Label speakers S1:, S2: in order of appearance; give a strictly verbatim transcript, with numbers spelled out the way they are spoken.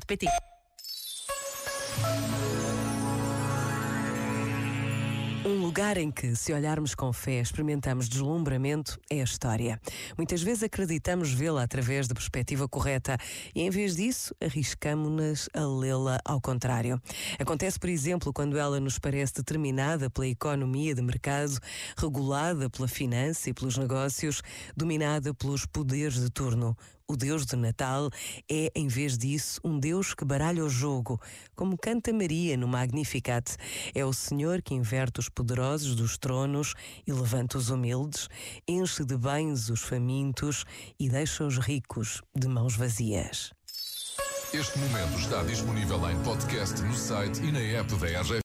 S1: ponto pt. Um lugar em que, se olharmos com fé, experimentamos deslumbramento é a história. Muitas vezes acreditamos vê-la através da perspectiva correta e, em vez disso, arriscamo-nos a lê-la ao contrário. Acontece, por exemplo, quando ela nos parece determinada pela economia de mercado, regulada pela finança e pelos negócios, dominada pelos poderes de turno. O Deus de Natal é, em vez disso, um Deus que baralha o jogo, como canta Maria no Magnificat. É o Senhor que inverte os poderosos dos tronos e levanta os humildes, enche de bens os famintos e deixa os ricos de mãos vazias.
S2: Este momento está disponível em podcast no site e na app da R G F.